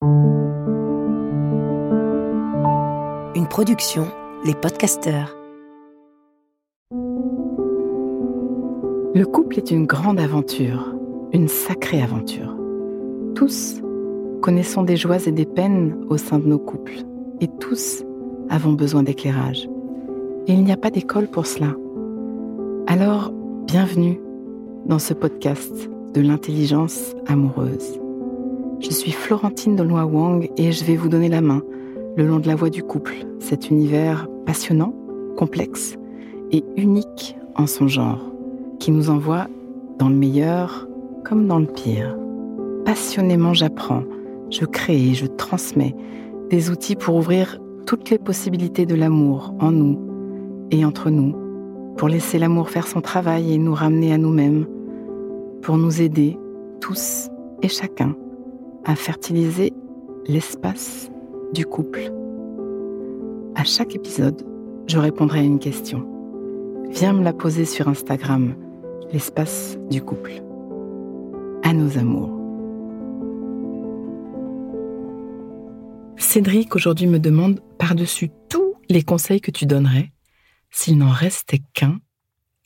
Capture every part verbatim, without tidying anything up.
Une production, Les Podcasteurs. Le couple est une grande aventure, une sacrée aventure. Tous connaissons des joies et des peines au sein de nos couples, et tous avons besoin d'éclairage. Et il n'y a pas d'école pour cela. Alors, bienvenue dans ce podcast de l'intelligence amoureuse. Je suis Florentine Dolnois Wang et je vais vous donner la main le long de la voie du couple, cet univers passionnant, complexe et unique en son genre, qui nous envoie dans le meilleur comme dans le pire. Passionnément, j'apprends, je crée et je transmets des outils pour ouvrir toutes les possibilités de l'amour en nous et entre nous, pour laisser l'amour faire son travail et nous ramener à nous-mêmes, pour nous aider, tous et chacun, à fertiliser l'espace du couple. À chaque épisode, je répondrai à une question. Viens me la poser sur Instagram, l'espace du couple. À nos amours. Cédric aujourd'hui me demande par-dessus tous les conseils que tu donnerais, s'il n'en restait qu'un, lequel ?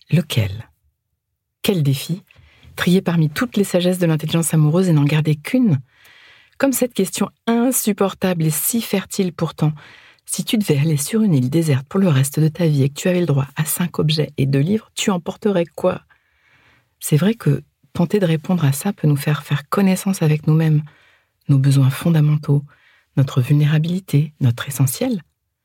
Quel défi ? Trier parmi toutes les sagesses de l'intelligence amoureuse et n'en garder qu'une ? Comme cette question insupportable et si fertile pourtant, si tu devais aller sur une île déserte pour le reste de ta vie et que tu avais le droit à cinq objets et deux livres, tu emporterais quoi ? C'est vrai que tenter de répondre à ça peut nous faire faire connaissance avec nous-mêmes, nos besoins fondamentaux, notre vulnérabilité, notre essentiel.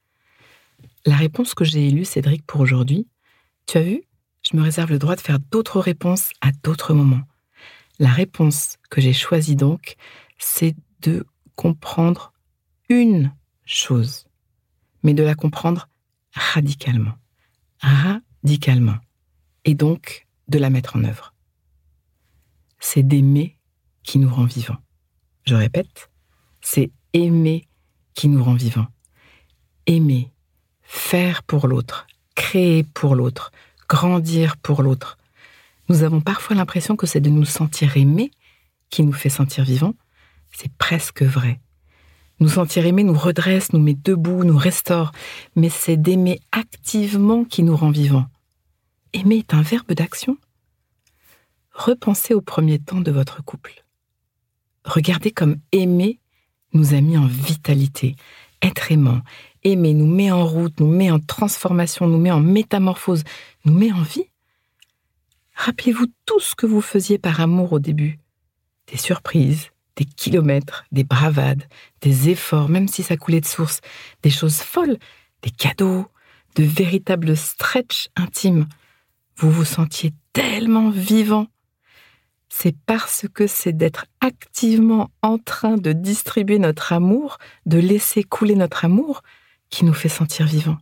La réponse que j'ai élue, Cédric, pour aujourd'hui, tu as vu ? Je me réserve le droit de faire d'autres réponses à d'autres moments. La réponse que j'ai choisie donc, c'est de comprendre une chose, mais de la comprendre radicalement. Radicalement. Et donc, de la mettre en œuvre. C'est d'aimer qui nous rend vivants. Je répète, c'est aimer qui nous rend vivants. Aimer, faire pour l'autre, créer pour l'autre, grandir pour l'autre. Nous avons parfois l'impression que c'est de nous sentir aimés qui nous fait sentir vivants. C'est presque vrai. Nous sentir aimés nous redresse, nous met debout, nous restaure, mais c'est d'aimer activement qui nous rend vivants. Aimer est un verbe d'action. Repensez au premier temps de votre couple. Regardez comme aimer nous a mis en vitalité. Être aimant, aimer nous met en route, nous met en transformation, nous met en métamorphose, nous met en vie. Rappelez-vous tout ce que vous faisiez par amour au début. Des surprises, des kilomètres, des bravades, des efforts, même si ça coulait de source, des choses folles, des cadeaux, de véritables stretches intimes. Vous vous sentiez tellement vivant. C'est parce que c'est d'être activement en train de distribuer notre amour, de laisser couler notre amour, qui nous fait sentir vivants.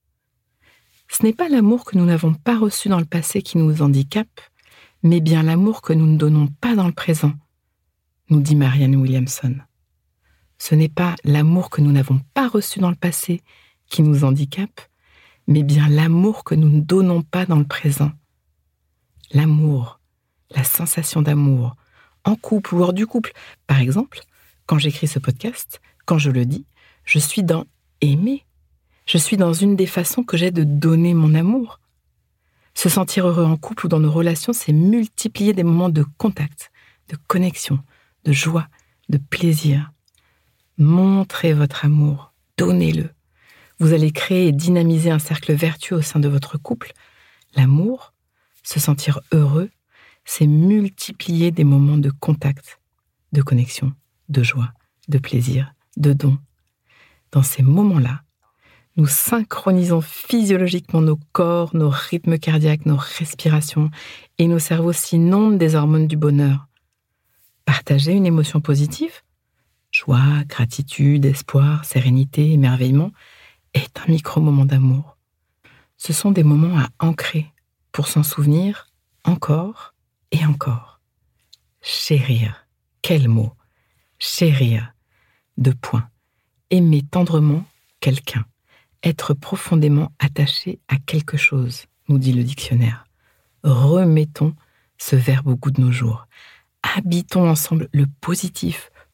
Ce n'est pas l'amour que nous n'avons pas reçu dans le passé qui nous handicape, mais bien l'amour que nous ne donnons pas dans le présent, nous dit Marianne Williamson. Ce n'est pas l'amour que nous n'avons pas reçu dans le passé qui nous handicape, mais bien l'amour que nous ne donnons pas dans le présent. L'amour, la sensation d'amour, en couple ou hors du couple. Par exemple, quand j'écris ce podcast, quand je le dis, je suis dans aimer. Je suis dans une des façons que j'ai de donner mon amour. Se sentir heureux en couple ou dans nos relations, c'est multiplier des moments de contact, de connexion, de joie, de plaisir. Montrez votre amour, donnez-le. Vous allez créer et dynamiser un cercle vertueux au sein de votre couple. L'amour, se sentir heureux, c'est multiplier des moments de contact, de connexion, de joie, de plaisir, de don. Dans ces moments-là, nous synchronisons physiologiquement nos corps, nos rythmes cardiaques, nos respirations, et nos cerveaux s'inondent des hormones du bonheur. Partager une émotion positive, joie, gratitude, espoir, sérénité, émerveillement, est un micro-moment d'amour. Ce sont des moments à ancrer pour s'en souvenir encore et encore. Chérir, quel mot, chérir, deux points. Aimer tendrement quelqu'un, être profondément attaché à quelque chose, nous dit le dictionnaire. Remettons ce verbe au goût de nos jours. Habitons ensemble le positif,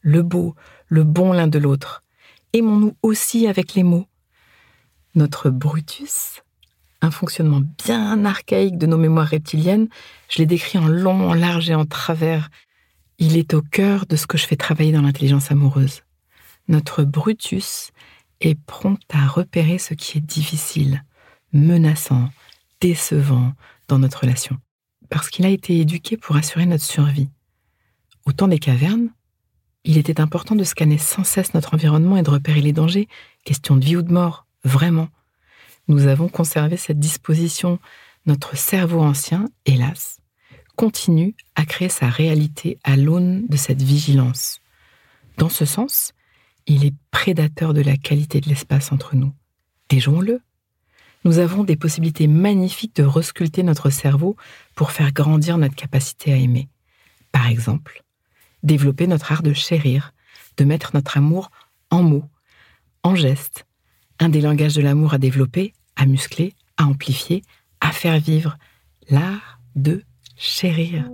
le beau, le bon l'un de l'autre. Aimons-nous aussi avec les mots. Notre Brutus, un fonctionnement bien archaïque de nos mémoires reptiliennes, je l'ai décrit en long, en large et en travers. Il est au cœur de ce que je fais travailler dans l'intelligence amoureuse. Notre Brutus est prompt à repérer ce qui est difficile, menaçant, décevant dans notre relation, parce qu'il a été éduqué pour assurer notre survie. Au temps des cavernes, il était important de scanner sans cesse notre environnement et de repérer les dangers, question de vie ou de mort, vraiment. Nous avons conservé cette disposition. Notre cerveau ancien, hélas, continue à créer sa réalité à l'aune de cette vigilance. Dans ce sens, il est prédateur de la qualité de l'espace entre nous. Déjouons-le. Nous avons des possibilités magnifiques de resculpter notre cerveau pour faire grandir notre capacité à aimer. Par exemple, développer notre art de chérir, de mettre notre amour en mots, en gestes. Un des langages de l'amour à développer, à muscler, à amplifier, à faire vivre. L'art de chérir.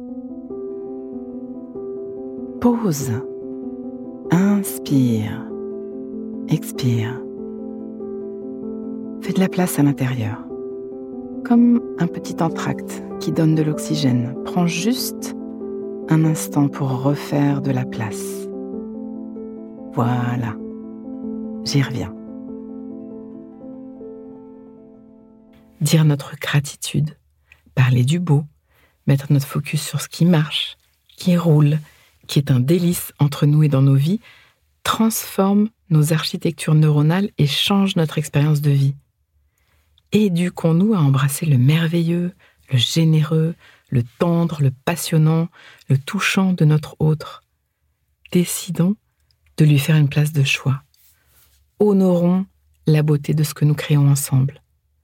Pause. Inspire. Expire. Fais de la place à l'intérieur. Comme un petit entracte qui donne de l'oxygène. Prends juste un instant pour refaire de la place. Voilà. J'y reviens. Dire notre gratitude, parler du beau, mettre notre focus sur ce qui marche, qui roule, qui est un délice entre nous et dans nos vies, transforme nos architectures neuronales et change notre expérience de vie. Éduquons-nous à embrasser le merveilleux, le généreux, le tendre, le passionnant, le touchant de notre autre. Décidons de lui faire une place de choix. Honorons la beauté de ce que nous créons ensemble.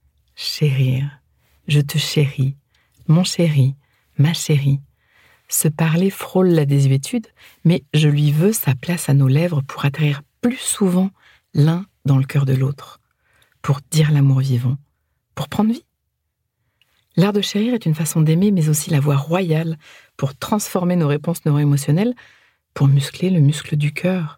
Chérir, je te chéris, mon chéri, ma chérie. Se parler frôle la désuétude, mais je lui veux sa place à nos lèvres pour atterrir plus souvent l'un dans le cœur de l'autre, pour dire l'amour vivant, pour prendre vie. L'art de chérir est une façon d'aimer, mais aussi la voie royale pour transformer nos réponses neuro-émotionnelles, pour muscler le muscle du cœur.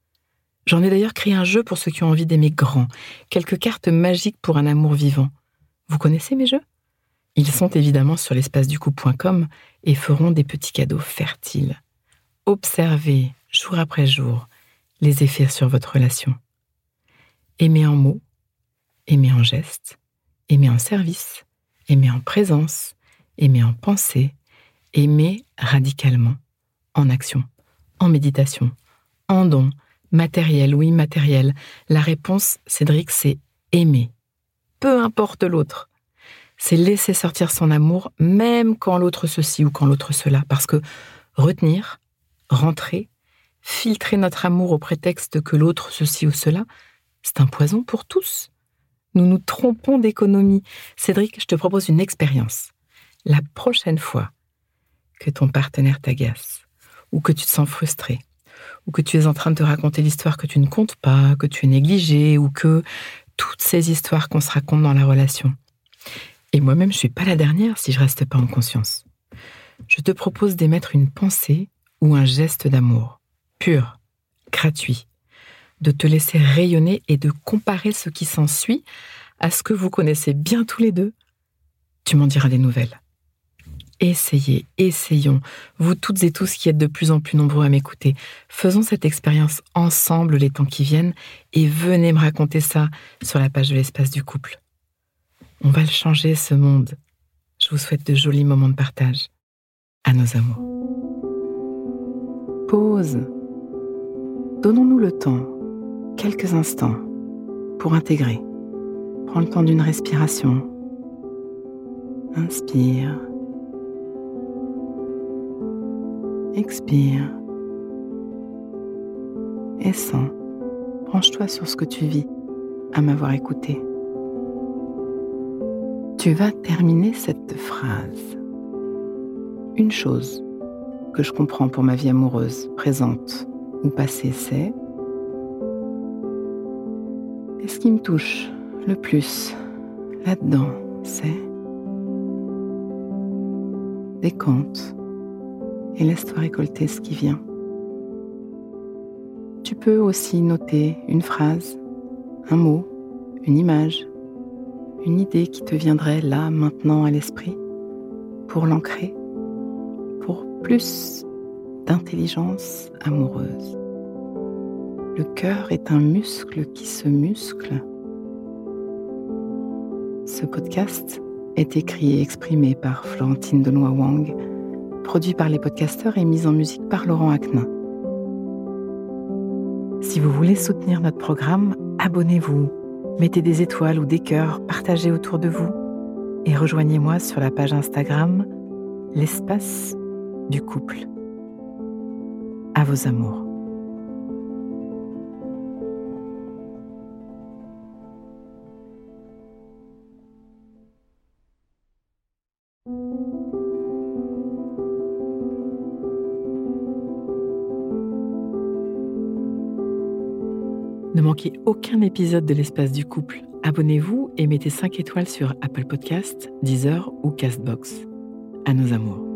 J'en ai d'ailleurs créé un jeu pour ceux qui ont envie d'aimer grand, quelques cartes magiques pour un amour vivant. Vous connaissez mes jeux ? Ils sont évidemment sur l'espace du couple point com et feront des petits cadeaux fertiles. Observez, jour après jour, les effets sur votre relation. Aimez en mots, aimez en gestes, aimez en service, aimez en présence, aimez en pensée, aimez radicalement, en action, en méditation, en don, matériel ou immatériel. La réponse, Cédric, c'est aimer. Peu importe l'autre. C'est laisser sortir son amour, même quand l'autre ceci ou quand l'autre cela. Parce que retenir, rentrer, filtrer notre amour au prétexte que l'autre ceci ou cela, c'est un poison pour tous. Nous nous trompons d'économie. Cédric, je te propose une expérience. La prochaine fois que ton partenaire t'agace, ou que tu te sens frustré, ou que tu es en train de te raconter l'histoire que tu ne comptes pas, que tu es négligé, ou que toutes ces histoires qu'on se raconte dans la relation. Et moi-même, je ne suis pas la dernière si je ne reste pas en conscience. Je te propose d'émettre une pensée ou un geste d'amour, pur, gratuit, de te laisser rayonner et de comparer ce qui s'ensuit à ce que vous connaissez bien tous les deux. Tu m'en diras des nouvelles. Essayez, essayons, vous toutes et tous qui êtes de plus en plus nombreux à m'écouter. Faisons cette expérience ensemble les temps qui viennent et venez me raconter ça sur la page de l'espace du couple. On va le changer, ce monde. Je vous souhaite de jolis moments de partage. À nos amours. Pause. Donnons-nous le temps, quelques instants, pour intégrer. Prends le temps d'une respiration. Inspire. Expire. Et sens. Branche-toi sur ce que tu vis à m'avoir écouté. Tu vas terminer cette phrase. Une chose que je comprends pour ma vie amoureuse, présente ou passée, c'est et ce qui me touche le plus là-dedans, c'est décompte et laisse-toi récolter ce qui vient. Tu peux aussi noter une phrase, un mot, une image, une idée qui te viendrait là, maintenant à l'esprit, pour l'ancrer, pour plus d'intelligence amoureuse. Le cœur est un muscle qui se muscle. Ce podcast est écrit et exprimé par Florentine Denoy-Wang, produit par les podcasteurs et mis en musique par Laurent Aknin. Si vous voulez soutenir notre programme, abonnez-vous, mettez des étoiles ou des cœurs, partagez autour de vous et rejoignez-moi sur la page Instagram L'espace du couple. À vos amours. Ne manquez aucun épisode de l'Espace du couple. Abonnez-vous et mettez cinq étoiles sur Apple Podcasts, Deezer ou Castbox. À nos amours.